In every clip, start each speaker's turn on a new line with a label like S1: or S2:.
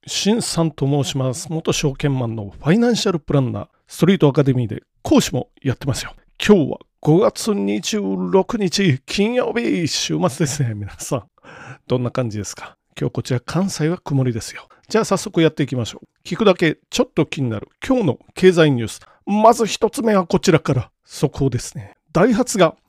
S1: しんさんと申します。元証券マンのファイナンシャルプランナー、ストリートアカデミーで講師もやってますよ。今日は5月26日金曜日、週末ですね。皆さん、どんな感じですか？今日こちら関西は曇りですよ。じゃあ早速やっていきましょう。聞くだけちょっと気になる今日の経済ニュース。まず一つ目はこちらから速報ですね。ダイハツが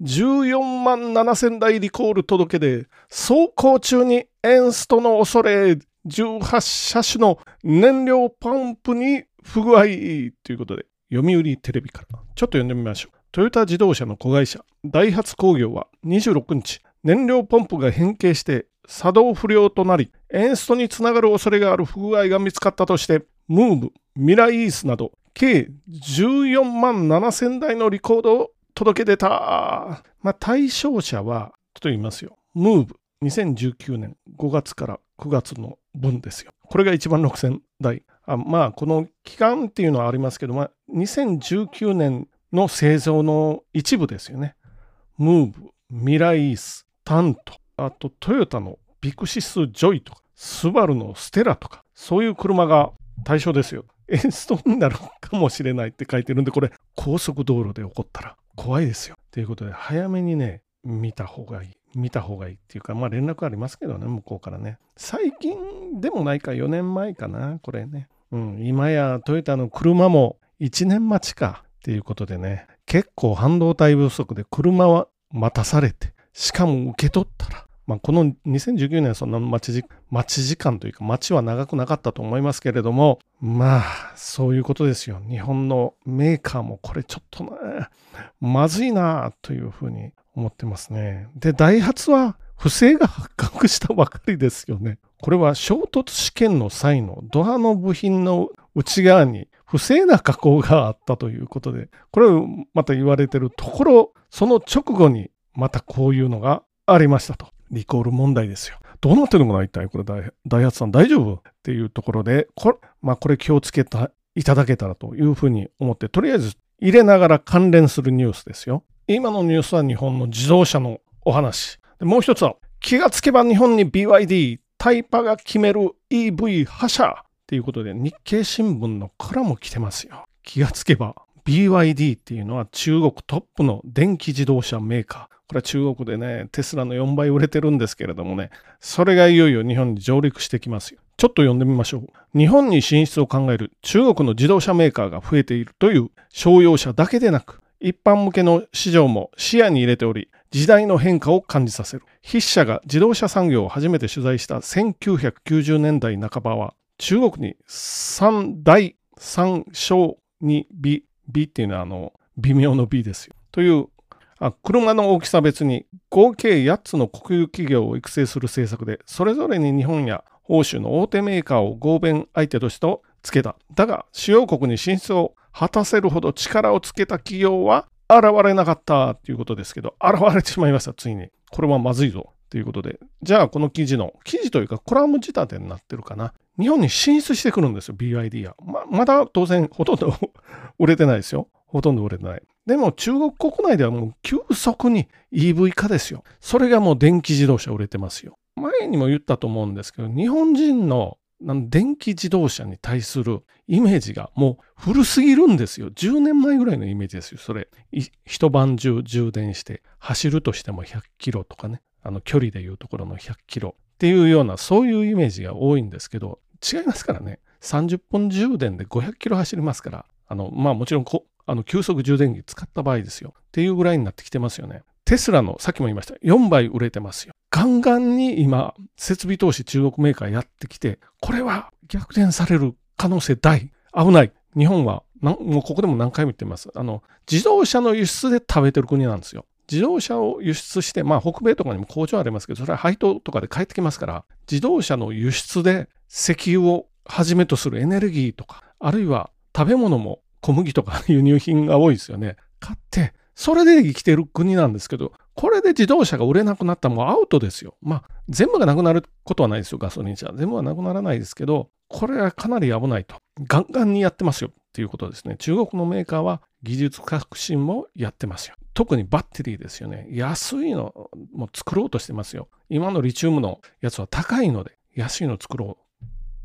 S1: 14万7000台リコール届けで、走行中にエンストの恐れ、18車種の燃料パンプに不具合ということで、読売テレビからちょっと読んでみましょう。トヨタ自動車の子会社ダイハツ工業は26日、燃料ポンプが変形して作動不良となり、エンストにつながる恐れがある不具合が見つかったとして、ムーブ、ミライースなど計14万7000台のリコードを届け出た。対象者はと言いますよ。ムーブ2019年5月から9月の分ですよ。これが1万6000台。この期間っていうのはありますけど、2019年の製造の一部ですよね。ムーブ、ミライース、タント、あとトヨタのビクシスジョイとか、スバルのステラとか、そういう車が対象ですよ。エンストになるかもしれないって書いてるんで、これ高速道路で起こったら怖いですよ。ということで、早めにね、見た方がいいっていうか、連絡ありますけどね、向こうからね。最近でもないか、4年前かな、これね。今やトヨタの車も1年待ちかっていうことでね、結構半導体不足で車は待たされて、しかも受け取ったら、この2019年はそんな待ち時間というか、待ちは長くなかったと思いますけれども、そういうことですよ。日本のメーカーもこれちょっとね、まずいなというふうに思ってますね。で、ダイハツは不正が発覚したばかりですよね。これは衝突試験の際のドアの部品の内側に不正な加工があったということで、これをまた言われているところ、その直後にまたこういうのがありましたと。リコール問題ですよ。どうなってるのかな一体これダイハツさん大丈夫っていうところで、これ気をつけていただけたらというふうに思って、とりあえず入れながら関連するニュースですよ。今のニュースは日本の自動車のお話。でもう一つは気がつけば日本に BYD タイパが決める EV 覇者ということで日経新聞のコラム来てますよ。気がつけば BYD っていうのは中国トップの電気自動車メーカー。これは中国でね、テスラの4倍売れてるんですけれどもね、それがいよいよ日本に上陸してきますよ。ちょっと読んでみましょう。日本に進出を考える中国の自動車メーカーが増えているという商用車だけでなく、一般向けの市場も視野に入れており、時代の変化を感じさせる。筆者が自動車産業を初めて取材した1990年代半ばは、中国に大三小に美っていうのは微妙の美ですよ。という車の大きさ別に合計8つの国有企業を育成する政策で、それぞれに日本や欧州の大手メーカーを合弁相手としてつけた。だが、主要国に進出を果たせるほど力をつけた企業は現れなかったということですけど、現れてしまいました、ついに。これはまずいぞということで。じゃあ、この記事というかコラム仕立てになってるかな。日本に進出してくるんですよ、BYD は。まだ当然ほとんど売れてないですよ。ほとんど売れてない。でも中国国内ではもう急速に EV 化ですよ。それがもう電気自動車売れてますよ。前にも言ったと思うんですけど、日本人の電気自動車に対するイメージがもう古すぎるんですよ。10年前ぐらいのイメージですよ。それ一晩中充電して走るとしても100キロとかね、距離でいうところの100キロっていうようなそういうイメージが多いんですけど、違いますからね。30分充電で500キロ走りますから、もちろん急速充電器使った場合ですよっていうぐらいになってきてますよね。テスラのさっきも言いました4倍売れてますよ。ガンガンに今設備投資中国メーカーやってきて、これは逆転される可能性大。危ない。日本はもうここでも何回も言ってます。自動車の輸出で食べてる国なんですよ。自動車を輸出して、北米とかにも工場ありますけど、それは配当とかで帰ってきますから、自動車の輸出で石油をはじめとするエネルギーとか、あるいは食べ物も小麦とか輸入品が多いですよね。買って、それで生きてる国なんですけど、これで自動車が売れなくなったらもうアウトですよ。全部がなくなることはないですよ、ガソリン車。全部はなくならないですけど、これはかなり危ないと。ガンガンにやってますよっていうことですね。中国のメーカーは技術革新もやってますよ。特にバッテリーですよね。安いのも作ろうとしてますよ。今のリチウムのやつは高いので、安いの作ろう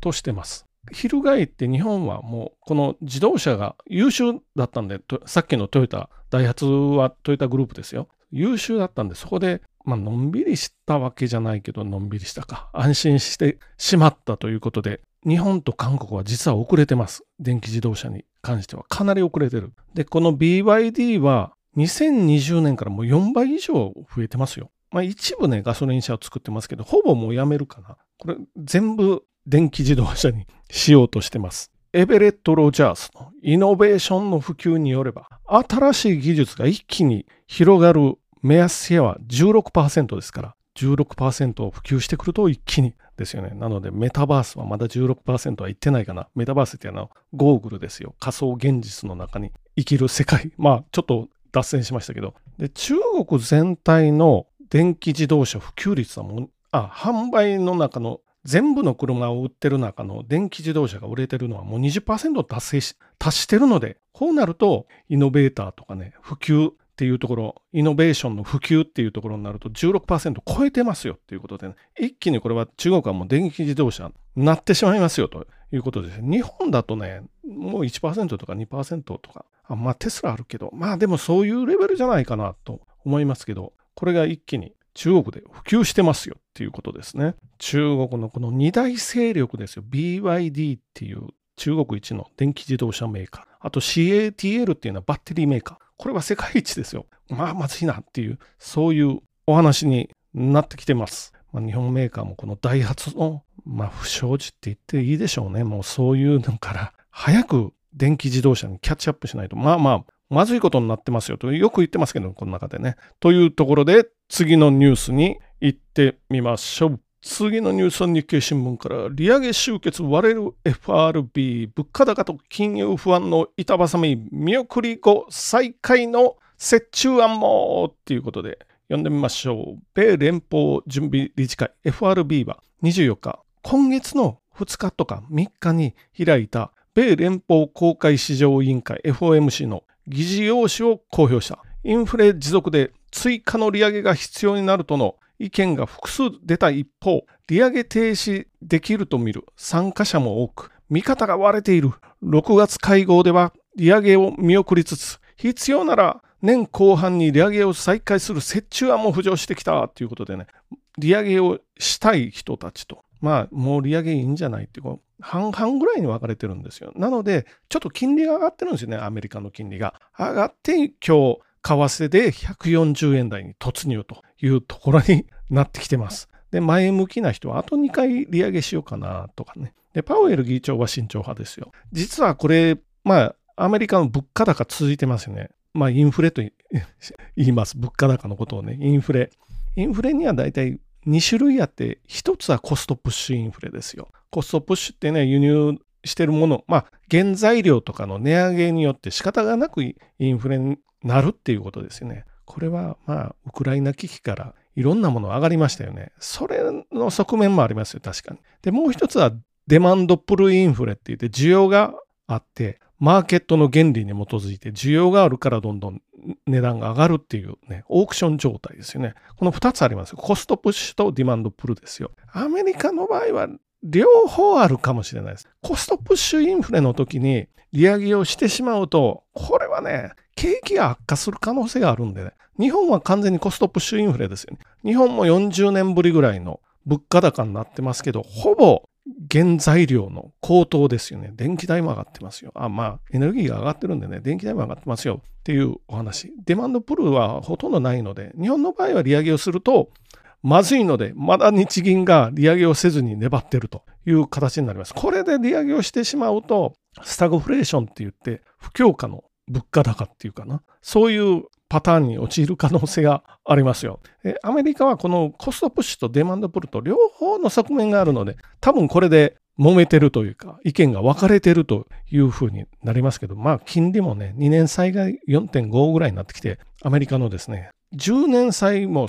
S1: としてます。翻って日本はもうこの自動車が優秀だったんで、さっきのトヨタ、ダイハツはトヨタグループですよ。優秀だったんで、そこで、のんびりしたわけじゃないけど、のんびりしたか。安心してしまったということで、日本と韓国は実は遅れてます。電気自動車に関してはかなり遅れてる。で、この BYD は2020年からもう4倍以上増えてますよ。一部ね、ガソリン車を作ってますけど、ほぼもうやめるかな。これ全部電気自動車にしようとしてます。エベレット・ロジャースのイノベーションの普及によれば、新しい技術が一気に広がる目安シェアは 16% ですから、16% を普及してくると一気にですよね。なのでメタバースはまだ 16% は言ってないかな。メタバースっていうのはゴーグルですよ。仮想現実の中に生きる世界。ちょっと脱線しましたけど。で、中国全体の電気自動車普及率はもう、販売の中の全部の車を売ってる中の電気自動車が売れてるのはもう 20% 達してるので、こうなるとイノベーターとかね、普及っていうところ、イノベーションの普及っていうところになると 16% 超えてますよっていうことで、ね、一気にこれは中国はもう電気自動車になってしまいますよということです。日本だとね、もう 1% とか 2% とか、テスラあるけど、でもそういうレベルじゃないかなと思いますけど、これが一気に中国で普及してますよっていうことですね。中国のこの2大勢力ですよ。BYD っていう中国一の電気自動車メーカー。あと CATL っていうのはバッテリーメーカー。これは世界一ですよ。まずいなっていう、そういうお話になってきてます。日本メーカーもこのダイハツの、不祥事って言っていいでしょうね。もうそういうのから早く電気自動車にキャッチアップしないと、まずいことになってますよとよく言ってますけど、この中でね。というところで次のニュースに行ってみましょう。次のニュースは日経新聞から、利上げ終結割れる FRB、物価高と金融不安の板挟み、見送り後再開の折衷案もということで読んでみましょう。米連邦準備理事会 FRB は24日、今月の2日とか3日に開いた米連邦公開市場委員会 FOMC の議事要旨を公表した。インフレ持続で追加の利上げが必要になるとの意見が複数出た一方、利上げ停止できると見る参加者も多く、見方が割れている。6月会合では利上げを見送りつつ、必要なら年後半に利上げを再開する折衷案も浮上してきたということでね、利上げをしたい人たちと、もう利上げいいんじゃないっていう、半々ぐらいに分かれてるんですよ。なので、ちょっと金利が上がってるんですよね、アメリカの金利が。上がって、今日、為替で140円台に突入というところになってきてます。で、前向きな人はあと2回利上げしようかなとかね。で、パウエル議長は慎重派ですよ。実はこれ、アメリカの物価高続いてますよね。インフレと言います。物価高のことをね、インフレ。インフレにはだいたい2種類あって、1つはコストプッシュインフレですよ。コストプッシュってね、輸入してるもの、原材料とかの値上げによって仕方がなくインフレになるっていうことですよね。これはウクライナ危機からいろんなもの上がりましたよね。それの側面もありますよ、確かに。で、もう一つはデマンドプルインフレって言って需要があって、マーケットの原理に基づいて需要があるからどんどん値段が上がるっていうね、オークション状態ですよね。この2つありますよ。コストプッシュとデマンドプルですよ。アメリカの場合は両方あるかもしれないです。コストプッシュインフレの時に利上げをしてしまうと、これはね、景気が悪化する可能性があるんでね。日本は完全にコストプッシュインフレですよね。日本も40年ぶりぐらいの物価高になってますけど、ほぼ原材料の高騰ですよね。電気代も上がってますよ。エネルギーが上がってるんでね、電気代も上がってますよっていうお話。デマンドプルはほとんどないので、日本の場合は利上げをすると、まずいので、まだ日銀が利上げをせずに粘ってるという形になります。これで利上げをしてしまうと、スタグフレーションって言って、不況下の物価高っていうかな。そういうパターンに陥る可能性がありますよ。アメリカはこのコストプッシュとデマンドプルと両方の側面があるので、多分これで揉めてるというか、意見が分かれてるというふうになりますけど、金利もね、2年債が 4.5 ぐらいになってきて、アメリカのですね、10年債も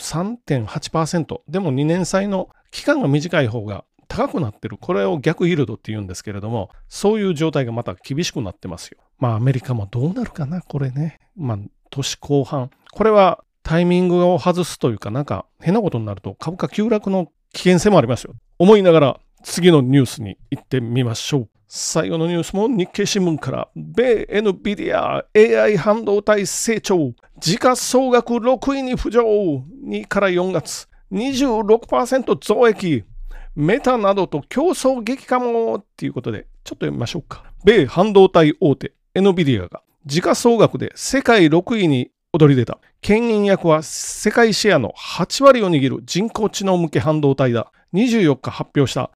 S1: 3.8%、でも2年債の期間が短い方が高くなってる。これを逆イールドって言うんですけれども、そういう状態がまた厳しくなってますよ。アメリカもどうなるかな、これね。年後半。これはタイミングを外すというか、変なことになると株価急落の危険性もありますよ。思いながら次のニュースに行ってみましょう。最後のニュースも日経新聞から、米 NVIDIA AI 半導体成長、時価総額6位に浮上、2から4月、26% 増益、メタなどと競争激化もっていうことで、ちょっと読みましょうか。米半導体大手 NVIDIA が時価総額で世界6位に躍り出た。牽引役は世界シェアの8割を握る人工知能向け半導体だ。24日発表した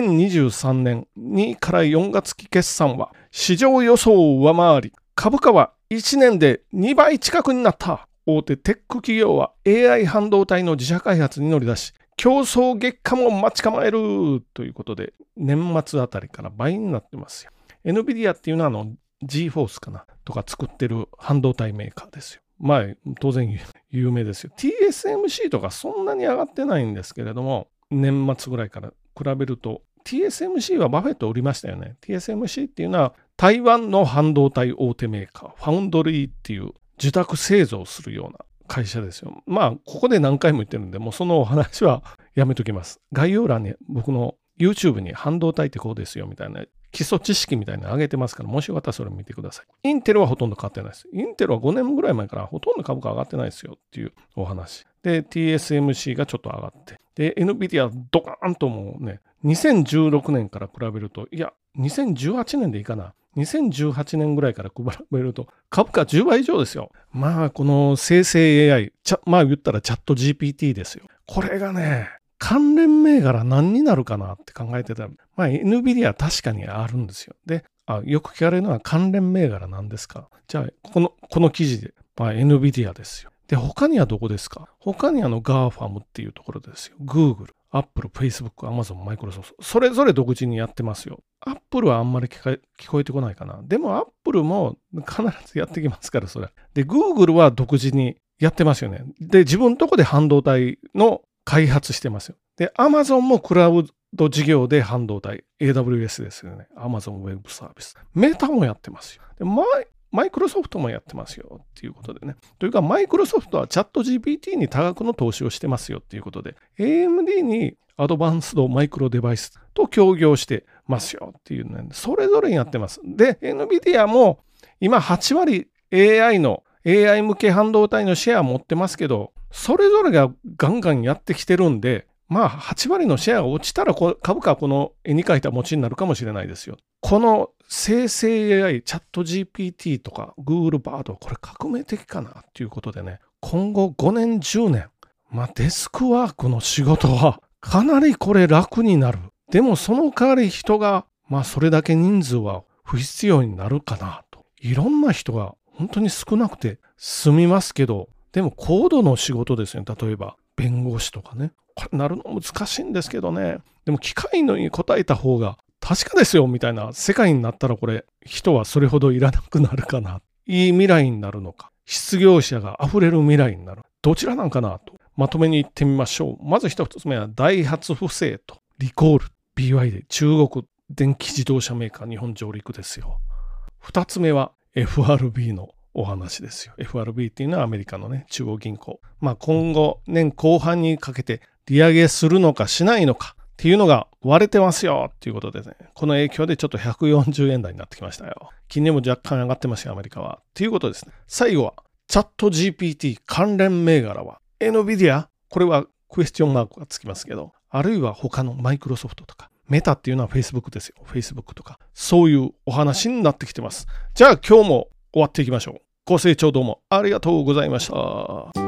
S1: 2023年2から4月期決算は市場予想を上回り、株価は1年で2倍近くになった。大手テック企業は AI 半導体の自社開発に乗り出し、競争激化も待ち構えるということで、年末あたりから倍になってますよ。NVIDIA っていうのはGeForce かなとか作ってる半導体メーカーですよ。まあ当然有名ですよ。TSMC とかそんなに上がってないんですけれども、年末ぐらいから比べると TSMC はバフェット売りましたよね。TSMC っていうのは台湾の半導体大手メーカー、ファウンドリーっていう受託製造するような会社ですよ。まあここで何回も言ってるんで、もうそのお話はやめときます。概要欄に僕の YouTube に半導体ってこうですよみたいな基礎知識みたいなの上げてますから、もしよかったらそれ見てください。インテルはほとんど変わってないです。インテルは5年ぐらい前からほとんど株価上がってないですよっていうお話。で、TSMC がちょっと上がって。で、NVIDIA ドカーンともうね、2016年から比べると、いや、2018年でいいかな。2018年ぐらいから比べると株価10倍以上ですよ。まあ、この生成 AI、まあ言ったらチャット GPT ですよ。これがね、関連銘柄何になるかなって考えてたら、まあ NVIDIA 確かにあるんですよ。で、よく聞かれるのは関連銘柄なんですか。じゃあ、この記事で、まあ NVIDIA ですよ。で、他にはどこですか。他にGAFAM っていうところですよ。Google、Apple、Facebook、Amazon、Microsoft。それぞれ独自にやってますよ。Apple はあんまり聞こえてこないかな。でも Apple も必ずやってきますから、それ。で、Google は独自にやってますよね。で、自分のとこで半導体の開発してますよ。で、Amazon もクラウド事業で半導体、AWS ですよね。Amazon Web Service。メタもやってますよ。で、マイクロソフトもやってますよっていうことでね。というか、マイクロソフトはチャット GPT に多額の投資をしてますよっていうことで、AMD にアドバンスドマイクロデバイスと協業してますよっていうね、それぞれにやってます。で、NVIDIA も今8割 AI 向け半導体のシェアを持ってますけど、それぞれがガンガンやってきてるんで、まあ8割のシェアが落ちたら株価はこの絵に描いた餅になるかもしれないですよ。この生成 AI、チャット GPT とか Google バード、これ革命的かなっていうことでね、今後5年、10年、まあデスクワークの仕事はかなりこれ楽になる。でもその代わり人が、まあそれだけ人数は不必要になるかなと。いろんな人が本当に少なくて済みますけど、でも高度の仕事ですね。例えば弁護士とかね。これなるの難しいんですけどね。でも機械のに答えた方が確かですよみたいな世界になったらこれ人はそれほどいらなくなるかな。いい未来になるのか。失業者が溢れる未来になる。どちらなんかなとまとめに行ってみましょう。まず一つ目はダイハツ不正とリコール。BY で中国電気自動車メーカー日本上陸ですよ。二つ目は FRB のお話ですよ。FRB っていうのはアメリカのね、中央銀行。まあ今後年後半にかけて利上げするのかしないのかっていうのが割れてますよっていうことでね、この影響でちょっと140円台になってきましたよ。金利も若干上がってますよ、アメリカは。っていうことですね。最後はチャット GPT 関連銘柄は NVIDIA、これはクエスチョンマークがつきますけど、あるいは他のマイクロソフトとか、メタっていうのは Facebook ですよ。Facebook とか、そういうお話になってきてます。じゃあ今日も終わっていきましょう。ご清聴どうもありがとうございました。